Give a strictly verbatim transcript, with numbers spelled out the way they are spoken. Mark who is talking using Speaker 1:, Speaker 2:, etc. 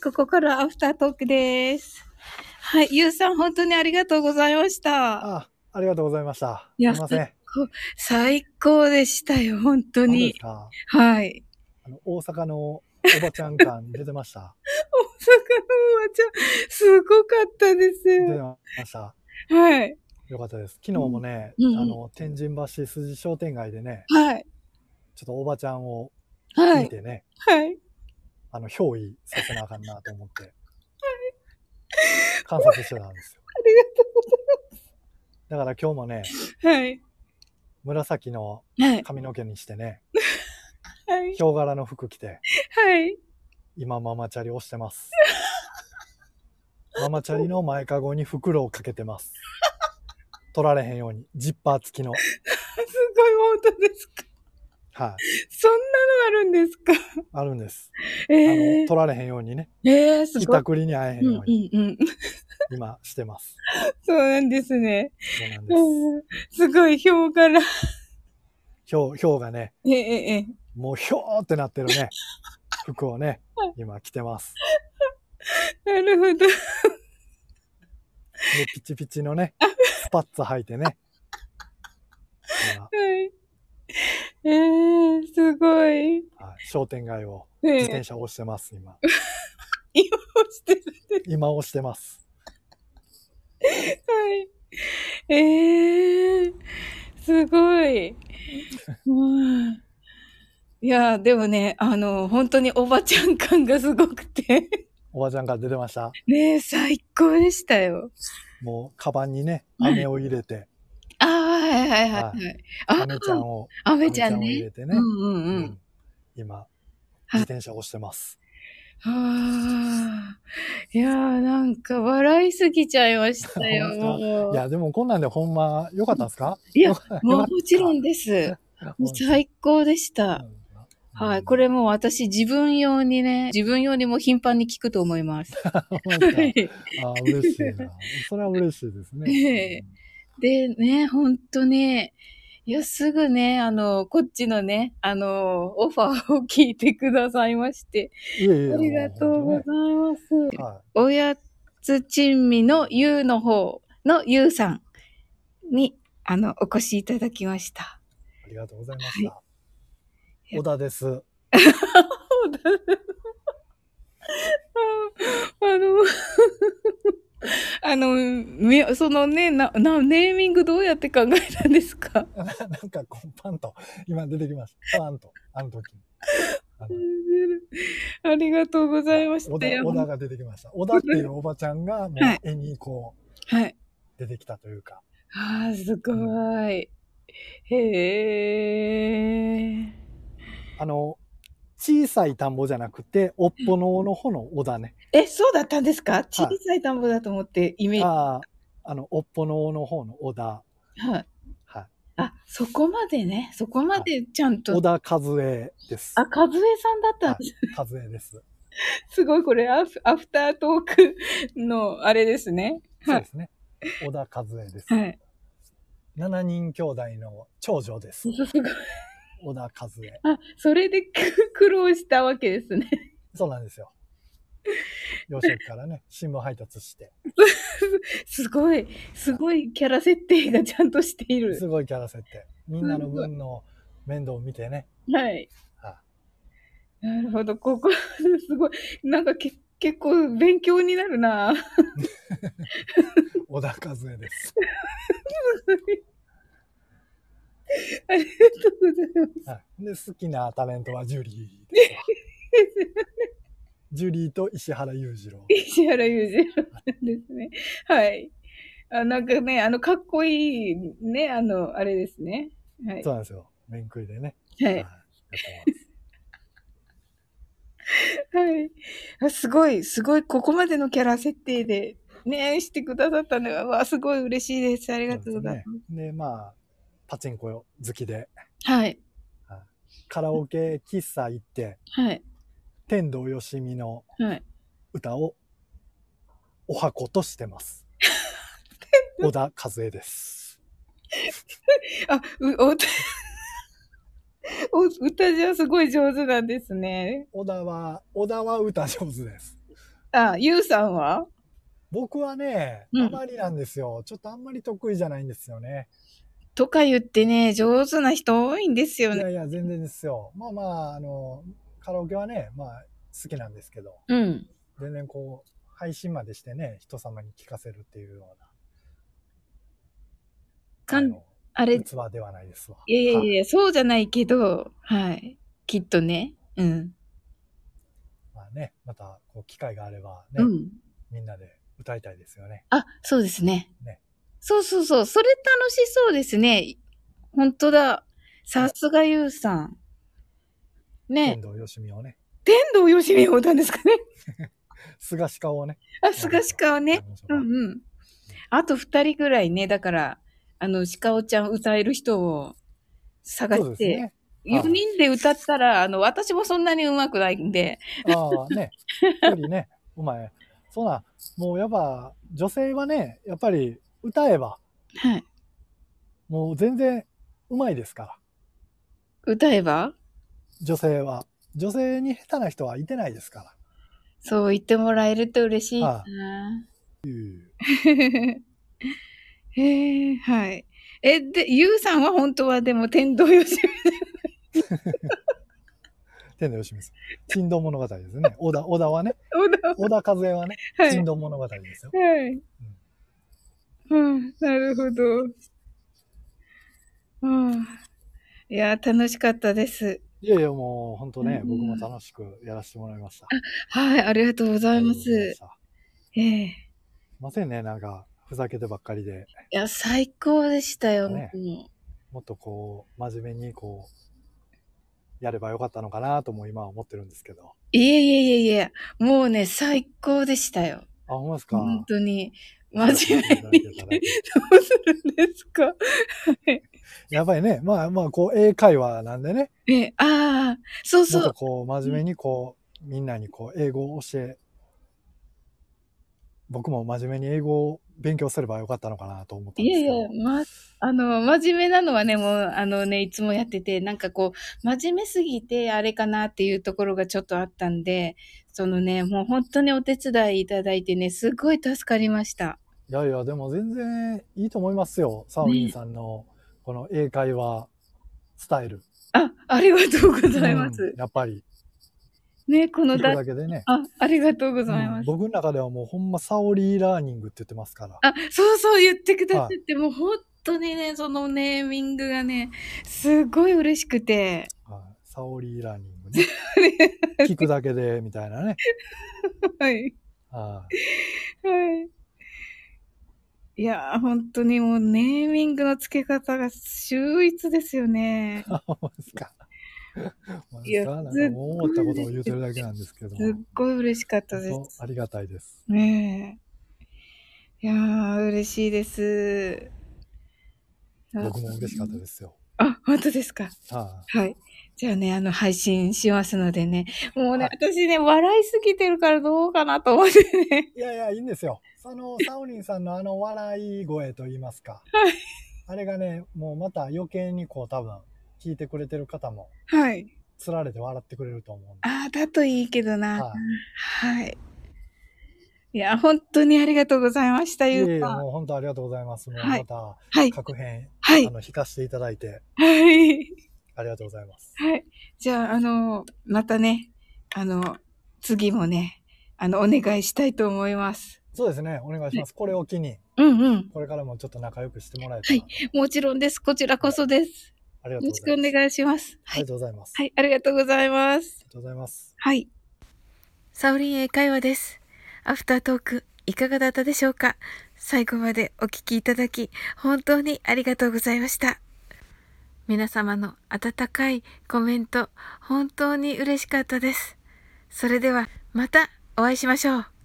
Speaker 1: ここからアフタートークです。はい、ゆうさん本当にありがとうございました。
Speaker 2: あ、ありがとうございました。すいません。
Speaker 1: 最高でしたよ、本当に。
Speaker 2: そうですか。
Speaker 1: はい。
Speaker 2: あの、大阪のおばちゃん感出てました。
Speaker 1: 大阪のおばちゃん、すごかったですよ。
Speaker 2: 出てました。
Speaker 1: はい。
Speaker 2: よかったです。昨日もね、
Speaker 1: うんうん、
Speaker 2: あの、天神橋筋商店街でね、
Speaker 1: はい。
Speaker 2: ちょっとおばちゃんを見てね、
Speaker 1: はい。はい、
Speaker 2: あの、憑依させなあかんなと思って、はい、観察してたんですよ。
Speaker 1: ありがとうございます。
Speaker 2: だから今日もね、
Speaker 1: はい。
Speaker 2: 紫の髪の毛にしてね、はい、ヒョウ柄の服着て、
Speaker 1: はい。
Speaker 2: 今ママチャリをしてます。ママチャリの前かごに袋をかけてます。取られへんように、ジッパー付きの。
Speaker 1: すごい、本当ですか？はい。そんなのあるんですか？
Speaker 2: あるんです。えー、あの、取られへんようにね。
Speaker 1: えー、すごい。
Speaker 2: ひったくりに会えへんように。
Speaker 1: うんうんうん、
Speaker 2: 今、してます。
Speaker 1: そうなんですね。
Speaker 2: そうなんです。
Speaker 1: すごい、ヒョウ柄。
Speaker 2: ヒョウ、ヒョウがね、
Speaker 1: えええ、
Speaker 2: もうヒョーってなってるね、服をね、今着てます。
Speaker 1: なるほど。で、
Speaker 2: ピチピチのね、スパッツ履いてね。
Speaker 1: はい。えー、すごい。
Speaker 2: はい、商店街を自転車を押してます、今。
Speaker 1: 今押してる。
Speaker 2: 今押してます。
Speaker 1: はい。えー、すごい。いや、でもね、あの、本当におばちゃん感がすごくて。
Speaker 2: おばちゃんから出てました。
Speaker 1: ねえ、最高でしたよ。
Speaker 2: もう、カバンにね、飴を入れて。
Speaker 1: ああ、はいはいはい。
Speaker 2: アメちゃんを、
Speaker 1: アメちゃんね。
Speaker 2: 入れてね。うんうんうん。今、自転車を押してます。
Speaker 1: はあ。いやー、なんか笑いすぎちゃいましたよ。
Speaker 2: いや、でもこんなんでほんま良かったんですか？
Speaker 1: いや、もうもちろんです。最高でした。はい。これも私自分用にね、自分用にも頻繁に聞くと思います。
Speaker 2: ああ、嬉しいな。それは嬉しいですね。
Speaker 1: でね、本当に、いや、すぐね、あの、こっちのね、あの、オファーを聞いてくださいまして。いやいやありがとうございます。はい、おやつ珍味のゆうの方のゆうさんに、あの、お越しいただきました。
Speaker 2: ありがとうございました。はい、小田です。小田
Speaker 1: あの、あの、そのね、な、な、ネーミングどうやって考えたんですか？
Speaker 2: なんかこう、パンと、今出てきました。パンと、あの時に。あ,
Speaker 1: ありがとうございました。
Speaker 2: 小田、小田が出てきました。小田っていうおばちゃんが、もう絵にこう、はい、出てきたというか。
Speaker 1: ああ、すごい。へえ。
Speaker 2: あの、小さい田んぼじゃなくて、おっぽの尾の方の小田ね。
Speaker 1: え、そうだったんですか？小さい田んぼだと思ってイメージ。
Speaker 2: ああ、あの、おっぽの尾の方の小田。
Speaker 1: はい。はい。あ、そこまでね。そこまでちゃんと。
Speaker 2: 小田和恵です。
Speaker 1: あ、和恵さんだったんです。
Speaker 2: 和恵です。
Speaker 1: すごい、これアフ、アフタートークのあれですね。
Speaker 2: そうですね。小田和恵です。はい。しちにん兄弟の長女です。小田和恵。
Speaker 1: あ、それで苦労したわけですね。
Speaker 2: そうなんですよ。幼少期からね、新聞配達して。
Speaker 1: すごい、すごいキャラ設定がちゃんとしている。
Speaker 2: すごいキャラ設定。みんなの分の面倒を見てね。
Speaker 1: はい。はあ、なるほど、ここ、すごい、なんかけ結構勉強になるな。
Speaker 2: 小田和恵です。
Speaker 1: ありがとうございます。
Speaker 2: はい、で、好きなタレントはジュリーですわ。ジュリーと石原裕次郎。
Speaker 1: 石原裕次郎ですね。はい。あ、なんかね、あの、かっこいいね、あの、あれですね。
Speaker 2: はい。そうなんですよ。面食いでね。
Speaker 1: はい。はい、やってます。はいあ。すごい、すごい、ここまでのキャラ設定で、ね、してくださったのは、わ、すごい嬉しいです。ありがとうございます。
Speaker 2: で、ね、まあ、パチンコ好きで。
Speaker 1: はい。
Speaker 2: カラオケ喫茶行って、はい。天童よしみの歌をお箱としてます。小田和恵です。
Speaker 1: あ、う、お、お歌じゃすごい上手なんですね。
Speaker 2: 小田は、小田は歌上手です。
Speaker 1: あ、ゆうさんは？
Speaker 2: 僕はね、あまりなんですよ、うん。ちょっとあんまり得意じゃないんですよね。
Speaker 1: とか言ってね、上手な人多いんですよね。
Speaker 2: いやいや、全然ですよ。まあまあ、あの、カラオケはね、まあ、好きなんですけど、
Speaker 1: うん。
Speaker 2: 全然こう、配信までしてね、人様に聞かせるっていうような、
Speaker 1: かん、あれ、
Speaker 2: 器ではないですわ。
Speaker 1: いやいやいや、はい、そうじゃないけど、はい。きっとね。うん。
Speaker 2: まあね、また、こう、機会があればね、うん、みんなで歌いたいですよね。
Speaker 1: あ、そうですね。ね。そうそうそう。それ楽しそうですね。本当だ。さすがゆうさん。
Speaker 2: ね。天童よしみをね。
Speaker 1: 天童よしみを歌うんですかね。
Speaker 2: 菅鹿をね。
Speaker 1: あ、菅鹿をね。うんうん。あと二人ぐらいね、だから、あの、鹿尾ちゃん歌える人を探して、ね、よにんで歌ったら、あの、私もそんなに上手くないんで。
Speaker 2: ああ、ね。一人ね、お前、そうな、もうやっぱ、女性はね、やっぱり歌えば、
Speaker 1: はい。
Speaker 2: もう全然上手いですから。
Speaker 1: 歌えば？
Speaker 2: 女性は。女性に下手な人はいてないですから。
Speaker 1: そう言ってもらえると嬉しいな。はあ、へえ、はい。え、で、ゆうさんは本当はでも天童よしみ
Speaker 2: 天童よしみさん。珍道物語ですね。小田、小田はね。小田和恵はね、珍道物語ですよ。はい。
Speaker 1: うん、うん、なるほど。うん。いや、楽しかったです。
Speaker 2: いやいや、もう本当ね、うん、僕も楽しくやらせてもらいました。
Speaker 1: はい、ありがとうございます。ええー。す
Speaker 2: いませんね、なんか、ふざけてばっかりで。
Speaker 1: いや、最高でしたよ、ね、
Speaker 2: もっとこう、真面目にこう、やればよかったのかなとも今は思ってるんですけど。
Speaker 1: いえいえいえいえ、もうね、最高でしたよ。
Speaker 2: あ、ほんまですか？
Speaker 1: 本当に。真面目に。どうするんですか？
Speaker 2: やっぱりね、まあまあ、こう、英会話なんでね。
Speaker 1: え、ああ、そうそう。
Speaker 2: もっとこう、真面目にこう、みんなにこう、英語を教え、僕も真面目に英語を勉強すればよかったのかなと思ったんですけど。いやい
Speaker 1: や、ま、あの、真面目なのはね、もう、あのね、いつもやってて、なんかこう、真面目すぎて、あれかなっていうところがちょっとあったんで、そのね、もう本当にお手伝いいただいてね、すごい助かりました。
Speaker 2: いやいや、でも全然いいと思いますよ。サオリンさんの、この英会話スタイル。
Speaker 1: あ、ありがとうございます。
Speaker 2: うん、やっぱり。
Speaker 1: ね、この
Speaker 2: だけでね。
Speaker 1: あ、ありがとうございます、
Speaker 2: うん。僕の中ではもうほんまサオリーラーニングって言ってますから。
Speaker 1: あ、そうそう言ってくださって、はい、もう本当にね、そのネーミングがね、すごい嬉しくて。
Speaker 2: はい、サオリーラーニングね。聞くだけで、みたいなね。
Speaker 1: はい。
Speaker 2: はい。
Speaker 1: はい。いやー、本当にもうネーミングの付け方が秀逸ですよね。
Speaker 2: あ、ほんまですか。いや、なんか思ったことを言うてるだけなんですけど。
Speaker 1: すっごい嬉しかったです。
Speaker 2: ありがたいです。
Speaker 1: ねえ。いやー、嬉しいです。
Speaker 2: 僕も嬉しかったですよ。
Speaker 1: あ、本当ですか。
Speaker 2: は
Speaker 1: あ、はい。じゃあね、あの、配信しますのでね。もうね、はい、私ね、笑いすぎてるからどうかなと思ってね。
Speaker 2: いやいや、いいんですよ。あの、サオリンさんのあの笑い声と言いますか。
Speaker 1: はい。
Speaker 2: あれがね、もうまた余計にこう多分、聞いてくれてる方も。
Speaker 1: はい。
Speaker 2: つられて笑ってくれると思うんで。
Speaker 1: ああ、だといいけどな。はい。はい。いや、本当にありがとうございました、
Speaker 2: ゆうさん。いえいえ、もう本当ありがとうございます。もうまた、はい、各編、はい、あの、弾かせていただいて。
Speaker 1: はい。
Speaker 2: ありがとうございます。
Speaker 1: はい。じゃあ、あの、またね、あの、次もね、あの、お願いしたいと思います。
Speaker 2: そうですね、お願いします。これを機に。
Speaker 1: うんうん。
Speaker 2: これからもちょっと仲良くしてもらえたら。
Speaker 1: はい。もちろんです。こちらこそです。
Speaker 2: ありがとうございます。
Speaker 1: よろしくお願いします。
Speaker 2: はい。ありがとうございます。
Speaker 1: はい。ありがとうございます。
Speaker 2: ありがとうございます。
Speaker 1: はい。サオリン英会話です。アフタートーク、いかがだったでしょうか？最後までお聞きいただき、本当にありがとうございました。皆様の温かいコメント、本当に嬉しかったです。それでは、またお会いしましょう。